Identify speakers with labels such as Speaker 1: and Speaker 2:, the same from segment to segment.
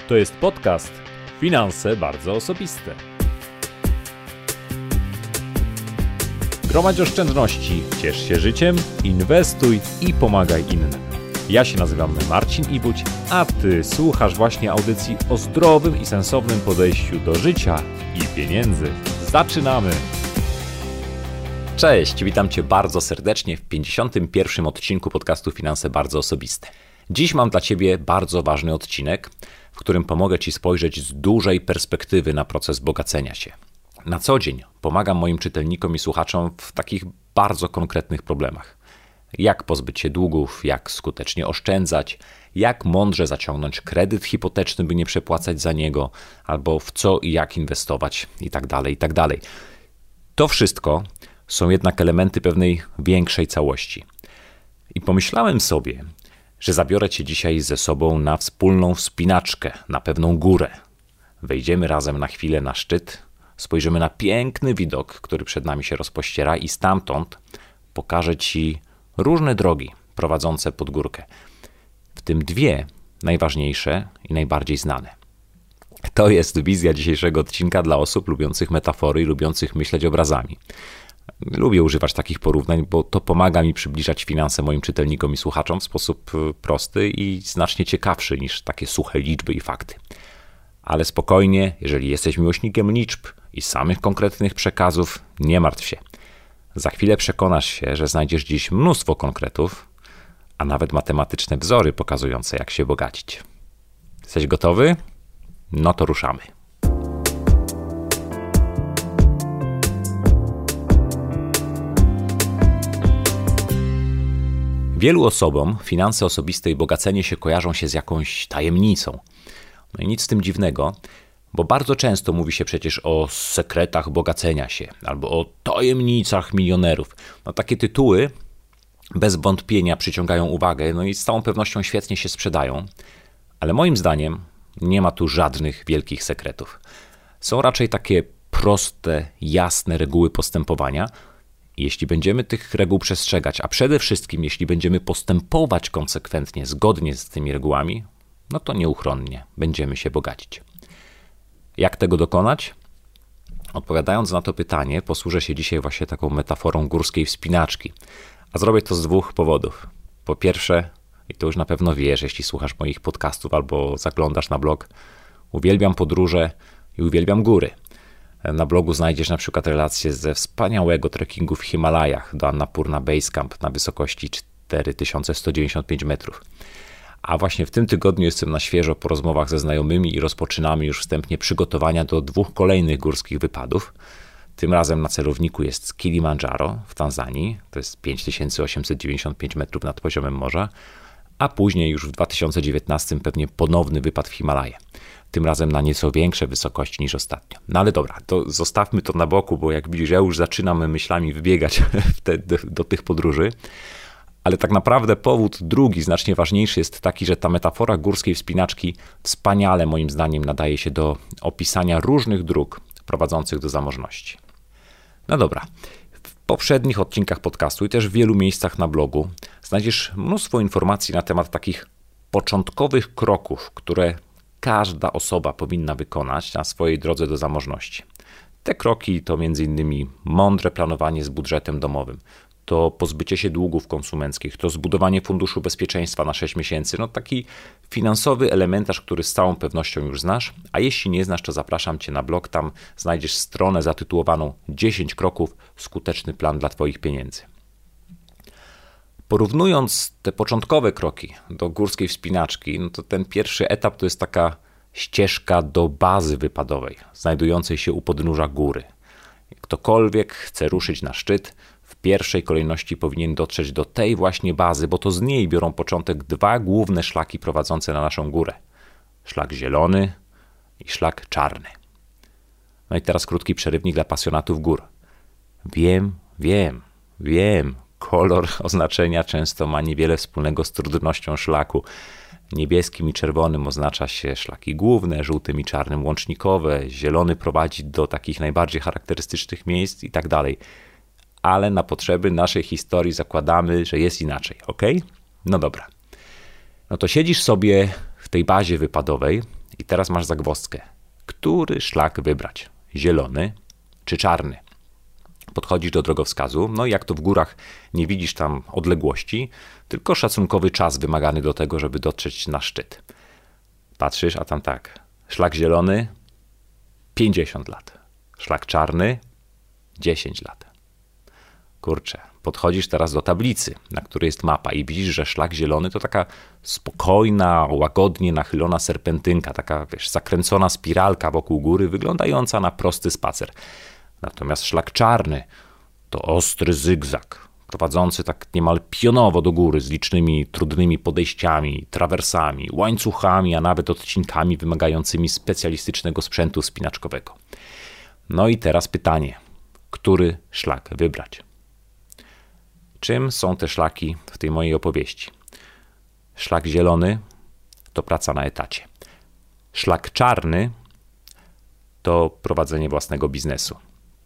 Speaker 1: To jest podcast Finanse Bardzo Osobiste. Gromadź oszczędności, ciesz się życiem, inwestuj i pomagaj innym. Ja się nazywam Marcin Ibuć, a Ty słuchasz właśnie audycji o zdrowym i sensownym podejściu do życia i pieniędzy. Zaczynamy! Cześć, witam Cię bardzo serdecznie w 51. odcinku podcastu Finanse Bardzo Osobiste. Dziś mam dla Ciebie bardzo ważny odcinek, w którym pomogę Ci spojrzeć z dużej perspektywy na proces bogacenia się. Na co dzień pomagam moim czytelnikom i słuchaczom w takich bardzo konkretnych problemach. Jak pozbyć się długów, jak skutecznie oszczędzać, jak mądrze zaciągnąć kredyt hipoteczny, by nie przepłacać za niego, albo w co i jak inwestować itd., itd. To wszystko są jednak elementy pewnej większej całości. I pomyślałem sobie, że zabiorę Cię dzisiaj ze sobą na wspólną wspinaczkę, na pewną górę. Wejdziemy razem na chwilę na szczyt, spojrzymy na piękny widok, który przed nami się rozpościera i stamtąd pokażę Ci różne drogi prowadzące pod górkę. W tym dwie najważniejsze i najbardziej znane. To jest wizja dzisiejszego odcinka dla osób lubiących metafory i lubiących myśleć obrazami. Lubię używać takich porównań, bo to pomaga mi przybliżać finanse moim czytelnikom i słuchaczom w sposób prosty i znacznie ciekawszy niż takie suche liczby i fakty. Ale spokojnie, jeżeli jesteś miłośnikiem liczb i samych konkretnych przekazów, nie martw się. Za chwilę przekonasz się, że znajdziesz dziś mnóstwo konkretów, a nawet matematyczne wzory pokazujące, jak się bogacić. Jesteś gotowy? No to ruszamy. Wielu osobom finanse osobiste i bogacenie się kojarzą się z jakąś tajemnicą. No i nic z tym dziwnego, bo bardzo często mówi się przecież o sekretach bogacenia się albo o tajemnicach milionerów. No takie tytuły bez wątpienia przyciągają uwagę, no i z całą pewnością świetnie się sprzedają, ale moim zdaniem nie ma tu żadnych wielkich sekretów. Są raczej takie proste, jasne reguły postępowania. Jeśli będziemy tych reguł przestrzegać, a przede wszystkim jeśli będziemy postępować konsekwentnie, zgodnie z tymi regułami, no to nieuchronnie będziemy się bogacić. Jak tego dokonać? Odpowiadając na to pytanie, posłużę się dzisiaj właśnie taką metaforą górskiej wspinaczki. A zrobię to z dwóch powodów. Po pierwsze, i to już na pewno wiesz, jeśli słuchasz moich podcastów albo zaglądasz na blog, uwielbiam podróże i uwielbiam góry. Na blogu znajdziesz na przykład relacje ze wspaniałego trekkingu w Himalajach do Annapurna Base Camp na wysokości 4195 metrów. A właśnie w tym tygodniu jestem na świeżo po rozmowach ze znajomymi i rozpoczynamy już wstępnie przygotowania do 2 kolejnych górskich wypadów. Tym razem na celowniku jest Kilimandżaro w Tanzanii, to jest 5895 metrów nad poziomem morza, a później już w 2019 pewnie ponowny wypad w Himalaje. Tym razem na nieco większe wysokości niż ostatnio. No ale dobra, to zostawmy to na boku, bo jak widzisz, ja już zaczynam myślami wybiegać do tych podróży. Ale tak naprawdę powód drugi, znacznie ważniejszy, jest taki, że ta metafora górskiej wspinaczki wspaniale moim zdaniem nadaje się do opisania różnych dróg prowadzących do zamożności. No dobra, w poprzednich odcinkach podcastu i też w wielu miejscach na blogu znajdziesz mnóstwo informacji na temat takich początkowych kroków, które każda osoba powinna wykonać na swojej drodze do zamożności. Te kroki to m.in. mądre planowanie z budżetem domowym, to pozbycie się długów konsumenckich, to zbudowanie funduszu bezpieczeństwa na 6 miesięcy. No taki finansowy elementarz, który z całą pewnością już znasz, a jeśli nie znasz, to zapraszam Cię na blog, tam znajdziesz stronę zatytułowaną 10 kroków, skuteczny plan dla Twoich pieniędzy. Porównując te początkowe kroki do górskiej wspinaczki, no to ten pierwszy etap to jest taka ścieżka do bazy wypadowej, znajdującej się u podnóża góry. Ktokolwiek chce ruszyć na szczyt, w pierwszej kolejności powinien dotrzeć do tej właśnie bazy, bo to z niej biorą początek 2 główne szlaki prowadzące na naszą górę. Szlak zielony i szlak czarny. No i teraz krótki przerywnik dla pasjonatów gór. Wiem, kolor oznaczenia często ma niewiele wspólnego z trudnością szlaku. Niebieskim i czerwonym oznacza się szlaki główne, żółtym i czarnym łącznikowe, zielony prowadzi do takich najbardziej charakterystycznych miejsc i tak dalej. Ale na potrzeby naszej historii zakładamy, że jest inaczej, ok? No dobra. No to siedzisz sobie w tej bazie wypadowej I teraz masz zagwozdkę. Który szlak wybrać? Zielony czy czarny? Podchodzisz do drogowskazu, no i jak to w górach nie widzisz tam odległości, tylko szacunkowy czas wymagany do tego, żeby dotrzeć na szczyt. Patrzysz, a tam tak, szlak zielony 50 lat, szlak czarny 10 lat. Kurczę, podchodzisz teraz do tablicy, na której jest mapa i widzisz, że szlak zielony to taka spokojna, łagodnie nachylona serpentynka, taka zakręcona spiralka wokół góry, wyglądająca na prosty spacer. Natomiast szlak czarny to ostry zygzak, prowadzący tak niemal pionowo do góry z licznymi trudnymi podejściami, trawersami, łańcuchami, a nawet odcinkami wymagającymi specjalistycznego sprzętu wspinaczkowego. No i teraz pytanie, który szlak wybrać? Czym są te szlaki w tej mojej opowieści? Szlak zielony to praca na etacie. Szlak czarny to prowadzenie własnego biznesu.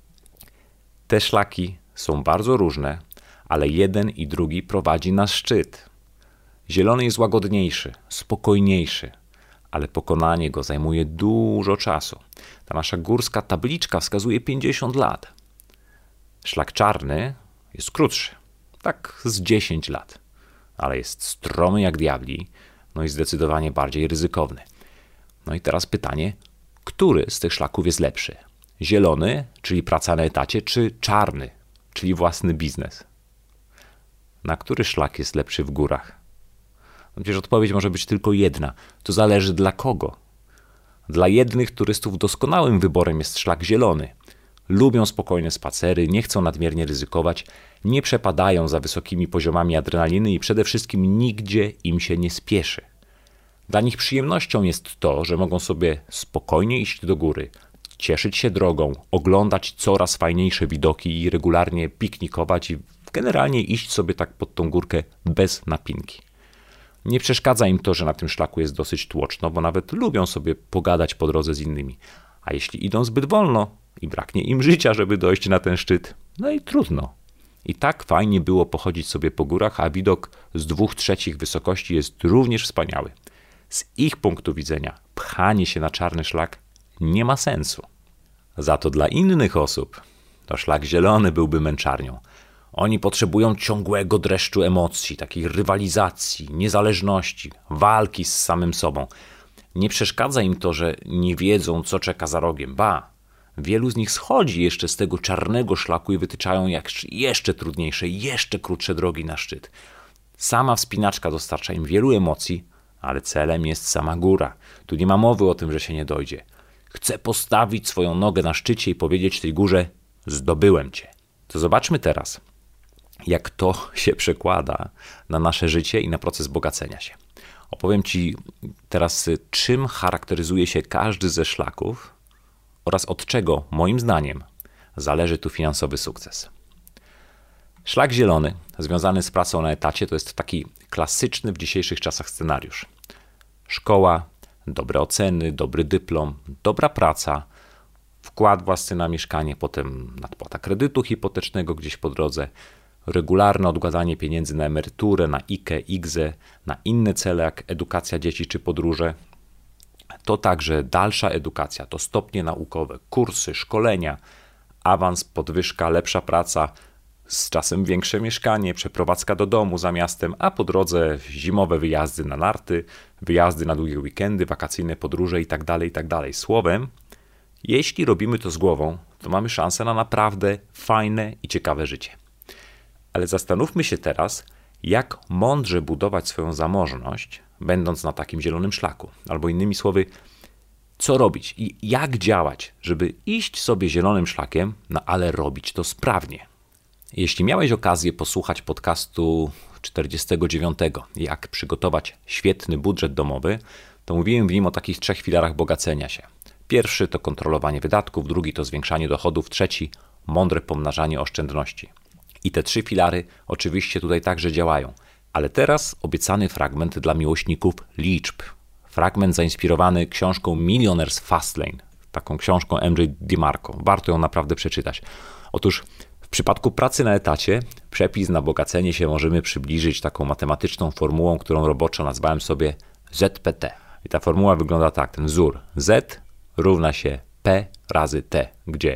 Speaker 1: Te szlaki są bardzo różne, ale jeden i drugi prowadzi na szczyt. Zielony jest łagodniejszy, spokojniejszy, ale pokonanie go zajmuje dużo czasu. Ta nasza górska tabliczka wskazuje 50 lat. Szlak czarny jest krótszy, tak z 10 lat, ale jest stromy jak diabli, no i zdecydowanie bardziej ryzykowny. No i teraz pytanie, który z tych szlaków jest lepszy? Zielony, czyli praca na etacie, czy czarny, czyli własny biznes? Na który szlak jest lepszy w górach? No przecież odpowiedź może być tylko jedna. To zależy dla kogo. Dla jednych turystów doskonałym wyborem jest szlak zielony. Lubią spokojne spacery, nie chcą nadmiernie ryzykować, nie przepadają za wysokimi poziomami adrenaliny i przede wszystkim nigdzie im się nie spieszy. Dla nich przyjemnością jest to, że mogą sobie spokojnie iść do góry, cieszyć się drogą, oglądać coraz fajniejsze widoki i regularnie piknikować i generalnie iść sobie tak pod tą górkę bez napinki. Nie przeszkadza im to, że na tym szlaku jest dosyć tłoczno, bo nawet lubią sobie pogadać po drodze z innymi. A jeśli idą zbyt wolno i braknie im życia, żeby dojść na ten szczyt, no i trudno. I tak fajnie było pochodzić sobie po górach, a widok z 2/3 wysokości jest również wspaniały. Z ich punktu widzenia pchanie się na czarny szlak nie ma sensu. Za to dla innych osób to szlak zielony byłby męczarnią. Oni potrzebują ciągłego dreszczu emocji, takiej rywalizacji, niezależności, walki z samym sobą. Nie przeszkadza im to, że nie wiedzą, co czeka za rogiem. Ba, wielu z nich schodzi jeszcze z tego czarnego szlaku i wytyczają jeszcze trudniejsze, jeszcze krótsze drogi na szczyt. Sama wspinaczka dostarcza im wielu emocji, ale celem jest sama góra. Tu nie ma mowy o tym, że się nie dojdzie. Chcę postawić swoją nogę na szczycie i powiedzieć tej górze: zdobyłem cię. To zobaczmy teraz, jak to się przekłada na nasze życie i na proces bogacenia się. Opowiem Ci teraz, czym charakteryzuje się każdy ze szlaków oraz od czego, moim zdaniem, zależy tu finansowy sukces. Szlak zielony, związany z pracą na etacie, to jest taki klasyczny w dzisiejszych czasach scenariusz. Szkoła, dobre oceny, dobry dyplom, dobra praca, wkład własny na mieszkanie, potem nadpłata kredytu hipotecznego gdzieś po drodze, regularne odkładanie pieniędzy na emeryturę, na IKE, IGZE, na inne cele jak edukacja dzieci czy podróże. To także dalsza edukacja, to stopnie naukowe, kursy, szkolenia, awans, podwyżka, lepsza praca, z czasem większe mieszkanie, przeprowadzka do domu za miastem, a po drodze zimowe wyjazdy na narty, wyjazdy na długie weekendy, wakacyjne podróże itd., itd. Słowem, jeśli robimy to z głową, to mamy szansę na naprawdę fajne i ciekawe życie. Ale zastanówmy się teraz, jak mądrze budować swoją zamożność, będąc na takim zielonym szlaku. Albo innymi słowy, co robić i jak działać, żeby iść sobie zielonym szlakiem, no ale robić to sprawnie. Jeśli miałeś okazję posłuchać podcastu 49, jak przygotować świetny budżet domowy, to mówiłem w nim o takich 3 filarach bogacenia się. Pierwszy to kontrolowanie wydatków, drugi to zwiększanie dochodów, trzeci mądre pomnażanie oszczędności. I te 3 filary oczywiście tutaj także działają. Ale teraz obiecany fragment dla miłośników liczb. Fragment zainspirowany książką Millionaire's Fastlane, taką książką MJ DiMarco. Warto ją naprawdę przeczytać. Otóż w przypadku pracy na etacie przepis na bogacenie się możemy przybliżyć taką matematyczną formułą, którą roboczo nazwałem sobie ZPT. I ta formuła wygląda tak, ten wzór. Z równa się P razy T, gdzie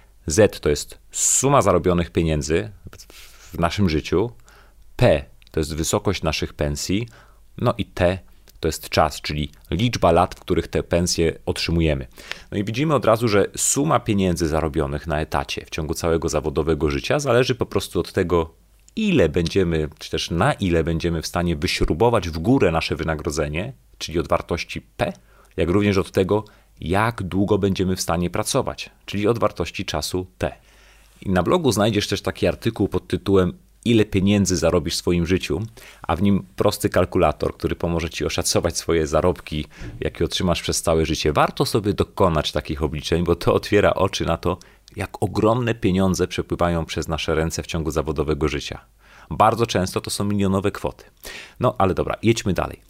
Speaker 1: Z to jest suma zarobionych pieniędzy w naszym życiu, P to jest wysokość naszych pensji, no i T to jest czas, czyli liczba lat, w których te pensje otrzymujemy. No i widzimy od razu, że suma pieniędzy zarobionych na etacie w ciągu całego zawodowego życia zależy po prostu od tego, ile będziemy, czy też na ile będziemy w stanie wyśrubować w górę nasze wynagrodzenie, czyli od wartości P, jak również od tego, jak długo będziemy w stanie pracować, czyli od wartości czasu T. I na blogu znajdziesz też taki artykuł pod tytułem ile pieniędzy zarobisz w swoim życiu, a w nim prosty kalkulator, który pomoże Ci oszacować swoje zarobki, jakie otrzymasz przez całe życie. Warto sobie dokonać takich obliczeń, bo to otwiera oczy na to, jak ogromne pieniądze przepływają przez nasze ręce w ciągu zawodowego życia. Bardzo często to są milionowe kwoty. No ale dobra, jedźmy dalej.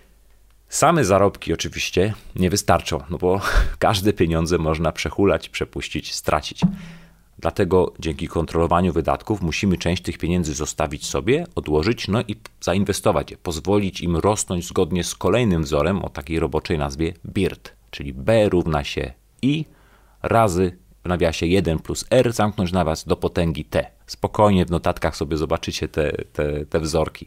Speaker 1: Same zarobki oczywiście nie wystarczą, no bo każde pieniądze można przehulać, przepuścić, stracić. Dlatego dzięki kontrolowaniu wydatków musimy część tych pieniędzy zostawić sobie, odłożyć, no i zainwestować je, pozwolić im rosnąć zgodnie z kolejnym wzorem o takiej roboczej nazwie BIRT, czyli B równa się I razy w nawiasie 1 plus R, zamknąć nawias do potęgi T. Spokojnie w notatkach sobie zobaczycie te wzorki.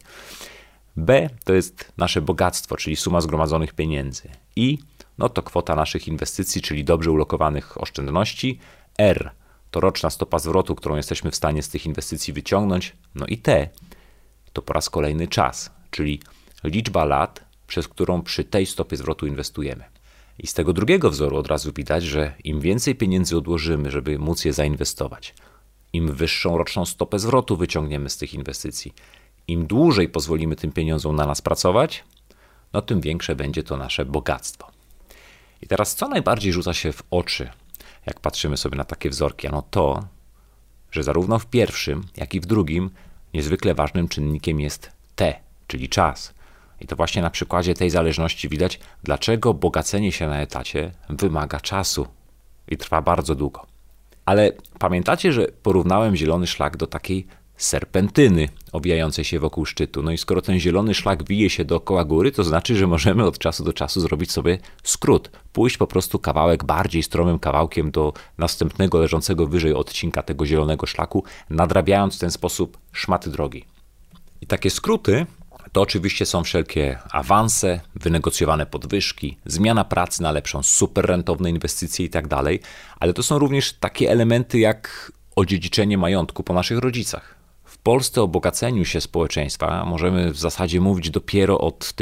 Speaker 1: B to jest nasze bogactwo, czyli suma zgromadzonych pieniędzy. I no to kwota naszych inwestycji, czyli dobrze ulokowanych oszczędności. R to roczna stopa zwrotu, którą jesteśmy w stanie z tych inwestycji wyciągnąć. No i T to po raz kolejny czas, czyli liczba lat, przez którą przy tej stopie zwrotu inwestujemy. I z tego drugiego wzoru od razu widać, że im więcej pieniędzy odłożymy, żeby móc je zainwestować, im wyższą roczną stopę zwrotu wyciągniemy z tych inwestycji, im dłużej pozwolimy tym pieniądzom na nas pracować, no tym większe będzie to nasze bogactwo. I teraz co najbardziej rzuca się w oczy, jak patrzymy sobie na takie wzorki? Ano to, że zarówno w pierwszym, jak i w drugim niezwykle ważnym czynnikiem jest T, czyli czas. I to właśnie na przykładzie tej zależności widać, dlaczego bogacenie się na etacie wymaga czasu i trwa bardzo długo. Ale pamiętacie, że porównałem zielony szlak do takiej serpentyny owijającej się wokół szczytu. No i skoro ten zielony szlak wije się dookoła góry, to znaczy, że możemy od czasu do czasu zrobić sobie skrót. Pójść po prostu kawałek bardziej stromym kawałkiem do następnego leżącego wyżej odcinka tego zielonego szlaku, nadrabiając w ten sposób szmaty drogi. I takie skróty to oczywiście są wszelkie awanse, wynegocjowane podwyżki, zmiana pracy na lepszą, super rentowne inwestycje i tak dalej, ale to są również takie elementy jak odziedziczenie majątku po naszych rodzicach. W Polsce o bogaceniu się społeczeństwa możemy w zasadzie mówić dopiero od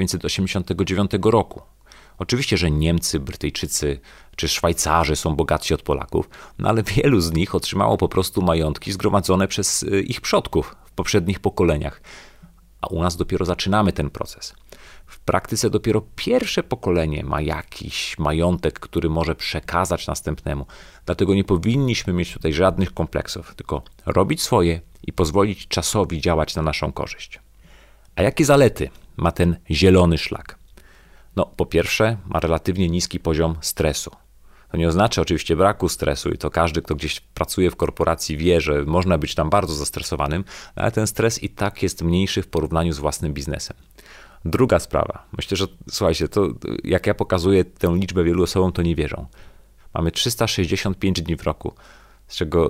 Speaker 1: 1989 roku. Oczywiście, że Niemcy, Brytyjczycy czy Szwajcarzy są bogatsi od Polaków, no ale wielu z nich otrzymało po prostu majątki zgromadzone przez ich przodków w poprzednich pokoleniach. A u nas dopiero zaczynamy ten proces. W praktyce dopiero pierwsze pokolenie ma jakiś majątek, który może przekazać następnemu. Dlatego nie powinniśmy mieć tutaj żadnych kompleksów, tylko robić swoje i pozwolić czasowi działać na naszą korzyść. A jakie zalety ma ten zielony szlak? No, po pierwsze, ma relatywnie niski poziom stresu. To nie oznacza oczywiście braku stresu i to każdy, kto gdzieś pracuje w korporacji wie, że można być tam bardzo zastresowanym, ale ten stres i tak jest mniejszy w porównaniu z własnym biznesem. Druga sprawa. Myślę, że słuchajcie, to jak ja pokazuję tę liczbę wielu osobom, to nie wierzą. Mamy 365 dni w roku, z czego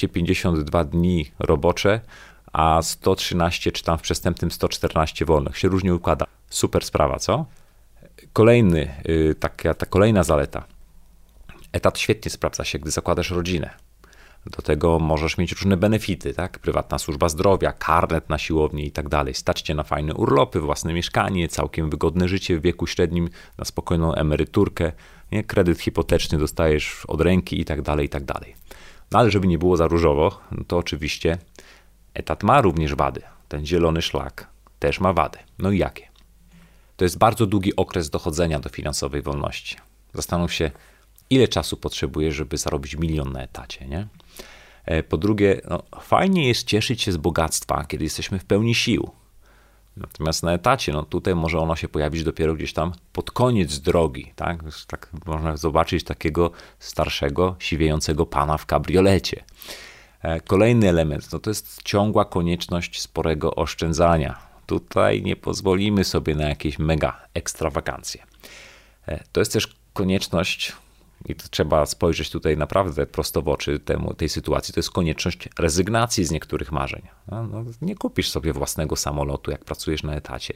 Speaker 1: 252 dni robocze, a 113 czy tam w przestępnym 114 wolnych. Się różnie układa. Super sprawa, co? Ta kolejna zaleta. Etat świetnie sprawdza się, gdy zakładasz rodzinę. Do tego możesz mieć różne benefity, tak? Prywatna służba zdrowia, karnet na siłownię i tak dalej. Stać cię na fajne urlopy, własne mieszkanie, całkiem wygodne życie w wieku średnim, na spokojną emeryturkę, nie? Kredyt hipoteczny dostajesz od ręki i tak dalej, i tak dalej. No ale żeby nie było za różowo, no to oczywiście etat ma również wady. Ten zielony szlak też ma wady. No i jakie? To jest bardzo długi okres dochodzenia do finansowej wolności. Zastanów się, ile czasu potrzebujesz, żeby zarobić 1 000 000 na etacie, nie? Po drugie, fajnie jest cieszyć się z bogactwa, kiedy jesteśmy w pełni sił. Natomiast na etacie, tutaj może ono się pojawić dopiero gdzieś tam pod koniec drogi, tak? Tak można zobaczyć takiego starszego, siwiejącego pana w kabriolecie. Kolejny element, to jest ciągła konieczność sporego oszczędzania. Tutaj nie pozwolimy sobie na jakieś mega ekstrawagancje. To jest też konieczność, i to trzeba spojrzeć tutaj naprawdę prosto w oczy tej sytuacji, to jest konieczność rezygnacji z niektórych marzeń. Nie kupisz sobie własnego samolotu, jak pracujesz na etacie.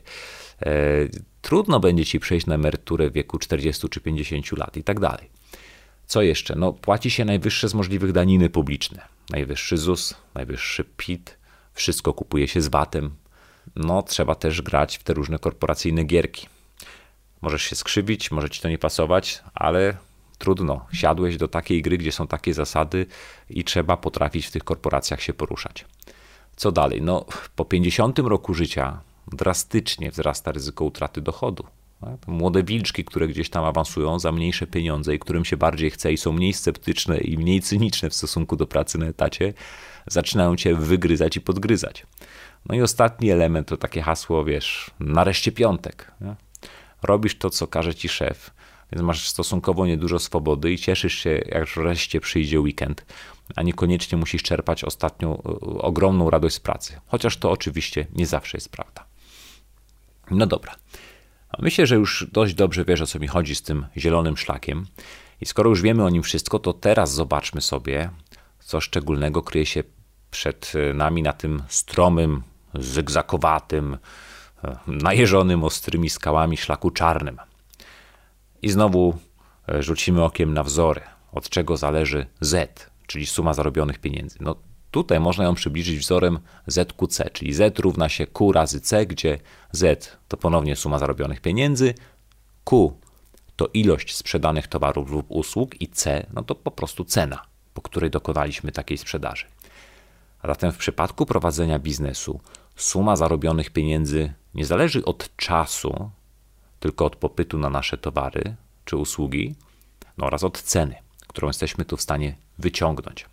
Speaker 1: Trudno będzie ci przejść na emeryturę w wieku 40 czy 50 lat i tak dalej. Co jeszcze? Płaci się najwyższe z możliwych daniny publiczne. Najwyższy ZUS, najwyższy PIT, wszystko kupuje się z VAT-em. Trzeba też grać w te różne korporacyjne gierki. Możesz się skrzywić, może ci to nie pasować, ale trudno. Siadłeś do takiej gry, gdzie są takie zasady i trzeba potrafić w tych korporacjach się poruszać. Co dalej? Po 50 roku życia drastycznie wzrasta ryzyko utraty dochodu. Młode wilczki, które gdzieś tam awansują za mniejsze pieniądze i którym się bardziej chce i są mniej sceptyczne i mniej cyniczne w stosunku do pracy na etacie, zaczynają cię wygryzać i podgryzać. I ostatni element to takie hasło, nareszcie piątek. Robisz to, co każe ci szef, więc masz stosunkowo niedużo swobody i cieszysz się, jak wreszcie przyjdzie weekend, a niekoniecznie musisz czerpać ostatnią ogromną radość z pracy. Chociaż to oczywiście nie zawsze jest prawda. Dobra. Myślę, że już dość dobrze wiesz, o co mi chodzi z tym zielonym szlakiem. I skoro już wiemy o nim wszystko, to teraz zobaczmy sobie, co szczególnego kryje się przed nami na tym stromym, zygzakowatym, najeżonym ostrymi skałami szlaku czarnym. I znowu rzucimy okiem na wzory, od czego zależy Z, czyli suma zarobionych pieniędzy. Tutaj można ją przybliżyć wzorem ZQC, czyli Z równa się Q razy C, gdzie Z to ponownie suma zarobionych pieniędzy, Q to ilość sprzedanych towarów lub usług i C to po prostu cena, po której dokonaliśmy takiej sprzedaży. A zatem w przypadku prowadzenia biznesu suma zarobionych pieniędzy nie zależy od czasu, tylko od popytu na nasze towary czy usługi oraz od ceny, którą jesteśmy tu w stanie wyciągnąć.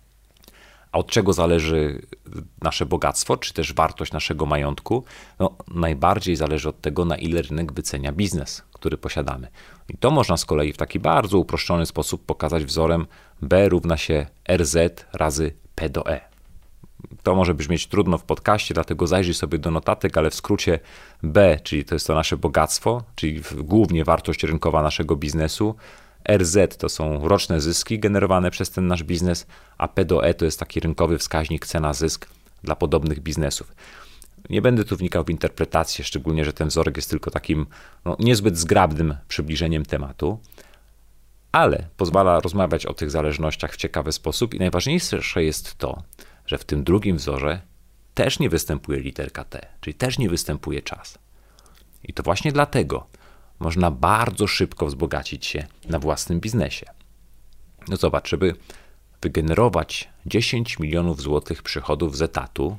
Speaker 1: A od czego zależy nasze bogactwo, czy też wartość naszego majątku? Najbardziej zależy od tego, na ile rynek wycenia biznes, który posiadamy. I to można z kolei w taki bardzo uproszczony sposób pokazać wzorem B równa się RZ razy P do E. To może brzmieć trudno w podcaście, dlatego zajrzyj sobie do notatek, ale w skrócie B, czyli to jest to nasze bogactwo, czyli głównie wartość rynkowa naszego biznesu, RZ to są roczne zyski generowane przez ten nasz biznes, a P do E to jest taki rynkowy wskaźnik cena-zysk dla podobnych biznesów. Nie będę tu wnikał w interpretację, szczególnie, że ten wzorek jest tylko takim niezbyt zgrabnym przybliżeniem tematu, ale pozwala rozmawiać o tych zależnościach w ciekawy sposób i najważniejsze jest to, że w tym drugim wzorze też nie występuje literka T, czyli też nie występuje czas. I to właśnie dlatego można bardzo szybko wzbogacić się na własnym biznesie. Zobacz, żeby wygenerować 10 milionów złotych przychodów z etatu,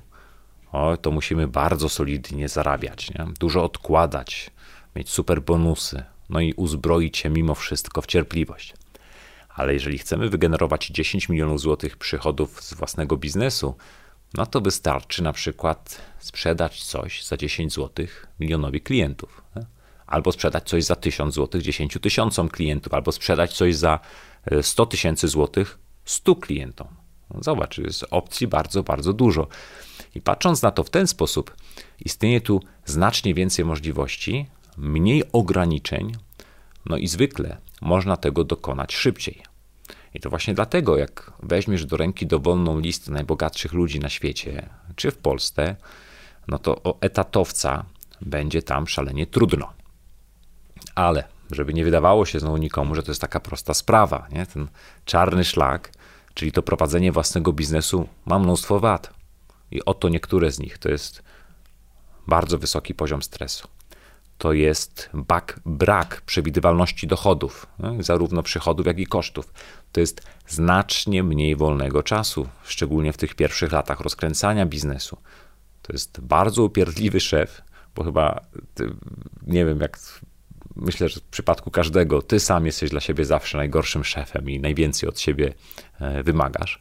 Speaker 1: to musimy bardzo solidnie zarabiać, nie? Dużo odkładać, mieć super bonusy, i uzbroić się mimo wszystko w cierpliwość. Ale jeżeli chcemy wygenerować 10 milionów złotych przychodów z własnego biznesu, to wystarczy na przykład sprzedać coś za 10 złotych milionowi klientów. Nie? Albo sprzedać coś za 1000 złotych 10 tysiącom klientów, albo sprzedać coś za 100 tysięcy złotych 100 klientom. Zobacz, jest opcji bardzo, bardzo dużo. I patrząc na to w ten sposób, istnieje tu znacznie więcej możliwości, mniej ograniczeń, i zwykle można tego dokonać szybciej. I to właśnie dlatego, jak weźmiesz do ręki dowolną listę najbogatszych ludzi na świecie, czy w Polsce, to o etatowca będzie tam szalenie trudno. Ale żeby nie wydawało się znowu nikomu, że to jest taka prosta sprawa, nie? Ten czarny szlak, czyli to prowadzenie własnego biznesu, ma mnóstwo wad. I oto niektóre z nich. To jest bardzo wysoki poziom stresu. To jest brak przewidywalności dochodów, zarówno przychodów, jak i kosztów. To jest znacznie mniej wolnego czasu, szczególnie w tych pierwszych latach rozkręcania biznesu. To jest bardzo upierdliwy szef, bo chyba, nie wiem, myślę, że w przypadku każdego, ty sam jesteś dla siebie zawsze najgorszym szefem i najwięcej od siebie wymagasz.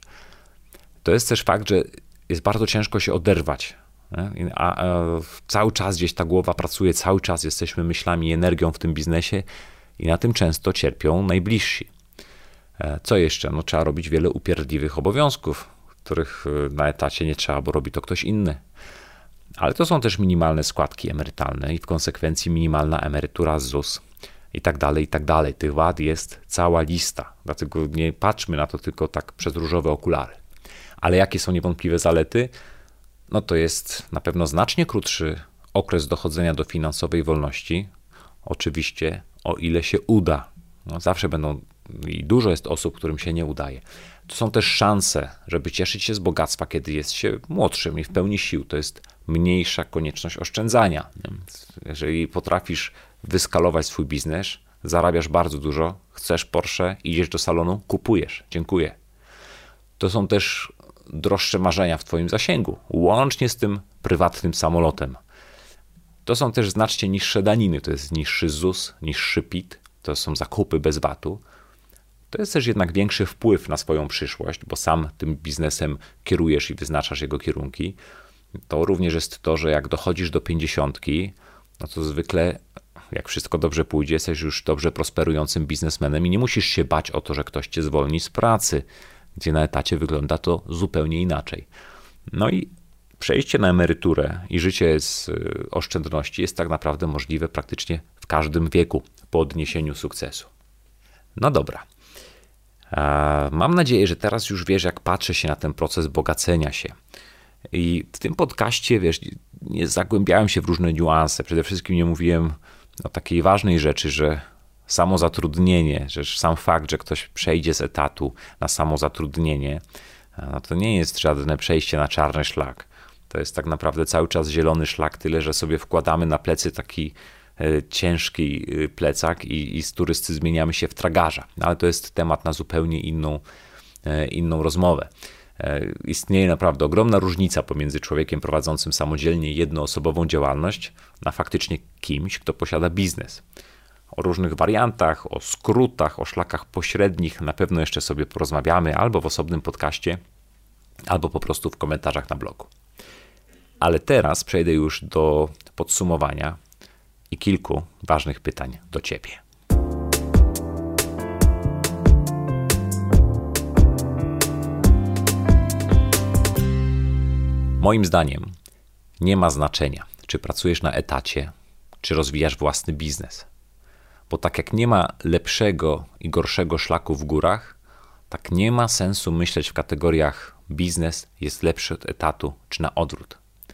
Speaker 1: To jest też fakt, że jest bardzo ciężko się oderwać. A cały czas gdzieś ta głowa pracuje, cały czas jesteśmy myślami i energią w tym biznesie i na tym często cierpią najbliżsi. Co jeszcze? Trzeba robić wiele upierdliwych obowiązków, których na etacie nie trzeba, bo robi to ktoś inny. Ale to są też minimalne składki emerytalne i w konsekwencji minimalna emerytura z ZUS. i tak dalej, i tak dalej. Tych wad jest cała lista, dlatego nie patrzmy na to tylko tak przez różowe okulary. Ale jakie są niewątpliwe zalety? No to jest na pewno znacznie krótszy okres dochodzenia do finansowej wolności. Oczywiście, o ile się uda. No, zawsze będą i dużo jest osób, którym się nie udaje. To są też szanse, żeby cieszyć się z bogactwa, kiedy jest się młodszym i w pełni sił. To jest mniejsza konieczność oszczędzania. Jeżeli potrafisz wyskalować swój biznes, zarabiasz bardzo dużo, chcesz Porsche, idziesz do salonu, kupujesz. Dziękuję. To są też droższe marzenia w twoim zasięgu, łącznie z tym prywatnym samolotem. To są też znacznie niższe daniny, to jest niższy ZUS, niższy PIT, to są zakupy bez VAT-u. To jest też jednak większy wpływ na swoją przyszłość, bo sam tym biznesem kierujesz i wyznaczasz jego kierunki. To również jest to, że jak dochodzisz do 50, no to zwykle, jak wszystko dobrze pójdzie, jesteś już dobrze prosperującym biznesmenem i nie musisz się bać o to, że ktoś cię zwolni z pracy, gdzie na etacie wygląda to zupełnie inaczej. No i przejście na emeryturę i życie z oszczędności jest tak naprawdę możliwe praktycznie w każdym wieku po odniesieniu sukcesu. No dobra. Mam nadzieję, że teraz już wiesz, jak patrzy się na ten proces bogacenia się. I w tym podcaście, wiesz, nie zagłębiałem się w różne niuanse. Przede wszystkim nie mówiłem o takiej ważnej rzeczy, że samozatrudnienie, że sam fakt, że ktoś przejdzie z etatu na samozatrudnienie, no to nie jest żadne przejście na czarny szlak. To jest tak naprawdę cały czas zielony szlak, tyle że sobie wkładamy na plecy taki ciężki plecak i z turysty zmieniamy się w tragarza. No, ale to jest temat na zupełnie inną rozmowę. Istnieje naprawdę ogromna różnica pomiędzy człowiekiem prowadzącym samodzielnie jednoosobową działalność, a faktycznie kimś, kto posiada biznes. O różnych wariantach, o skrótach, o szlakach pośrednich na pewno jeszcze sobie porozmawiamy albo w osobnym podcaście, albo po prostu w komentarzach na blogu. Ale teraz przejdę już do podsumowania i kilku ważnych pytań do Ciebie. Moim zdaniem nie ma znaczenia, czy pracujesz na etacie, czy rozwijasz własny biznes. Bo tak jak nie ma lepszego i gorszego szlaku w górach, tak nie ma sensu myśleć w kategoriach biznes jest lepszy od etatu, czy na odwrót.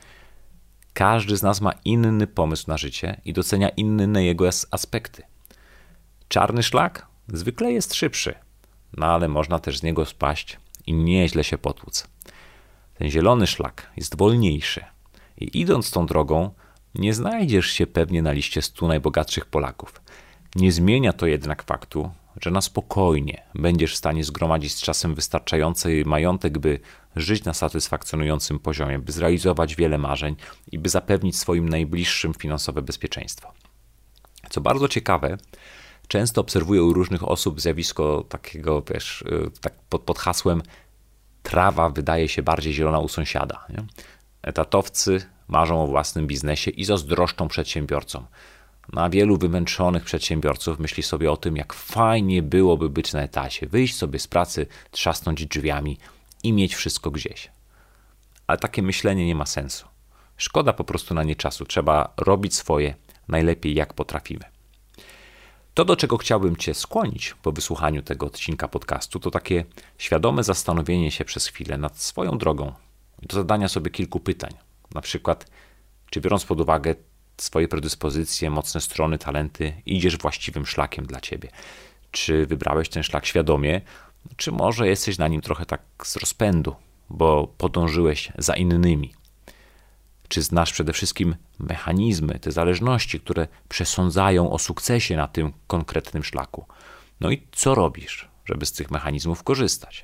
Speaker 1: Każdy z nas ma inny pomysł na życie i docenia inne jego aspekty. Czarny szlak zwykle jest szybszy, no ale można też z niego spaść i nieźle się potłuc. Ten zielony szlak jest wolniejszy i idąc tą drogą nie znajdziesz się pewnie na liście 100 najbogatszych Polaków. Nie zmienia to jednak faktu, że na spokojnie będziesz w stanie zgromadzić z czasem wystarczający majątek, by żyć na satysfakcjonującym poziomie, by zrealizować wiele marzeń i by zapewnić swoim najbliższym finansowe bezpieczeństwo. Co bardzo ciekawe, często obserwuję u różnych osób zjawisko takiego, wiesz, tak pod hasłem trawa wydaje się bardziej zielona u sąsiada. Nie? Etatowcy marzą o własnym biznesie i zazdroszczą przedsiębiorcom. No a wielu wymęczonych przedsiębiorców myśli sobie o tym, jak fajnie byłoby być na etacie, wyjść sobie z pracy, trzasnąć drzwiami i mieć wszystko gdzieś. Ale takie myślenie nie ma sensu. Szkoda po prostu na nie czasu. Trzeba robić swoje najlepiej jak potrafimy. To, do czego chciałbym Cię skłonić po wysłuchaniu tego odcinka podcastu, to takie świadome zastanowienie się przez chwilę nad swoją drogą i do zadania sobie kilku pytań. Na przykład, czy biorąc pod uwagę swoje predyspozycje, mocne strony, talenty, idziesz właściwym szlakiem dla Ciebie? Czy wybrałeś ten szlak świadomie, czy może jesteś na nim trochę tak z rozpędu, bo podążyłeś za innymi? Czy znasz przede wszystkim mechanizmy, te zależności, które przesądzają o sukcesie na tym konkretnym szlaku? No i co robisz, żeby z tych mechanizmów korzystać?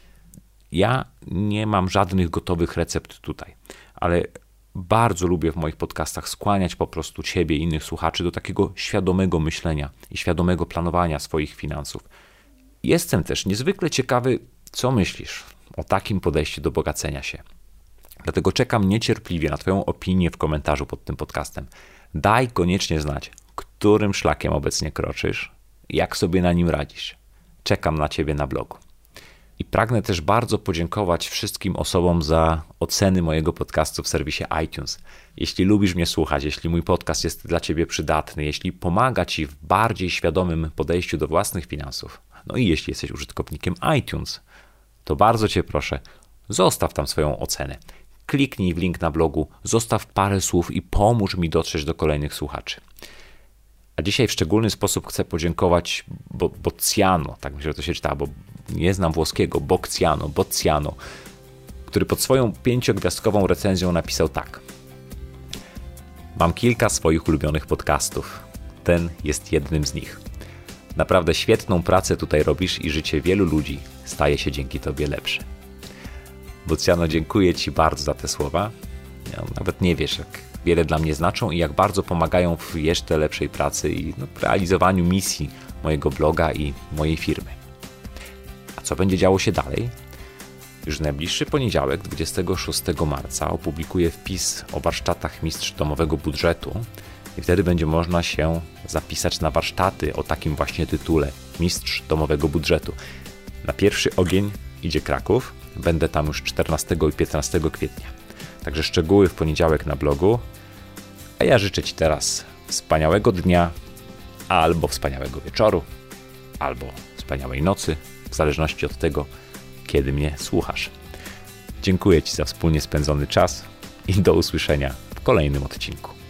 Speaker 1: Ja nie mam żadnych gotowych recept tutaj, ale bardzo lubię w moich podcastach skłaniać po prostu Ciebie i innych słuchaczy do takiego świadomego myślenia i świadomego planowania swoich finansów. Jestem też niezwykle ciekawy, co myślisz o takim podejściu do bogacenia się. Dlatego czekam niecierpliwie na Twoją opinię w komentarzu pod tym podcastem. Daj koniecznie znać, którym szlakiem obecnie kroczysz, jak sobie na nim radzisz. Czekam na Ciebie na blogu. I pragnę też bardzo podziękować wszystkim osobom za oceny mojego podcastu w serwisie iTunes. Jeśli lubisz mnie słuchać, jeśli mój podcast jest dla Ciebie przydatny, jeśli pomaga Ci w bardziej świadomym podejściu do własnych finansów, no i jeśli jesteś użytkownikiem iTunes, to bardzo Cię proszę, zostaw tam swoją ocenę. Kliknij w link na blogu, zostaw parę słów i pomóż mi dotrzeć do kolejnych słuchaczy. A dzisiaj w szczególny sposób chcę podziękować Bocciano, tak myślę, że to się czyta, bo nie znam włoskiego, Bocciano, który pod swoją 5-gwiazdkową recenzją napisał tak. Mam kilka swoich ulubionych podcastów. Ten jest jednym z nich. Naprawdę świetną pracę tutaj robisz i życie wielu ludzi staje się dzięki Tobie lepsze. Bocciano, dziękuję Ci bardzo za te słowa. Nawet nie wiesz, jak wiele dla mnie znaczą i jak bardzo pomagają w jeszcze lepszej pracy i realizowaniu misji mojego bloga i mojej firmy. A co będzie działo się dalej? Już w najbliższy poniedziałek, 26 marca, opublikuję wpis o warsztatach Mistrz Domowego Budżetu i wtedy będzie można się zapisać na warsztaty o takim właśnie tytule Mistrz Domowego Budżetu. Na pierwszy ogień idzie Kraków. Będę tam już 14 i 15 kwietnia. Także szczegóły w poniedziałek na blogu. A ja życzę Ci teraz wspaniałego dnia, albo wspaniałego wieczoru, albo wspaniałej nocy, w zależności od tego, kiedy mnie słuchasz. Dziękuję Ci za wspólnie spędzony czas i do usłyszenia w kolejnym odcinku.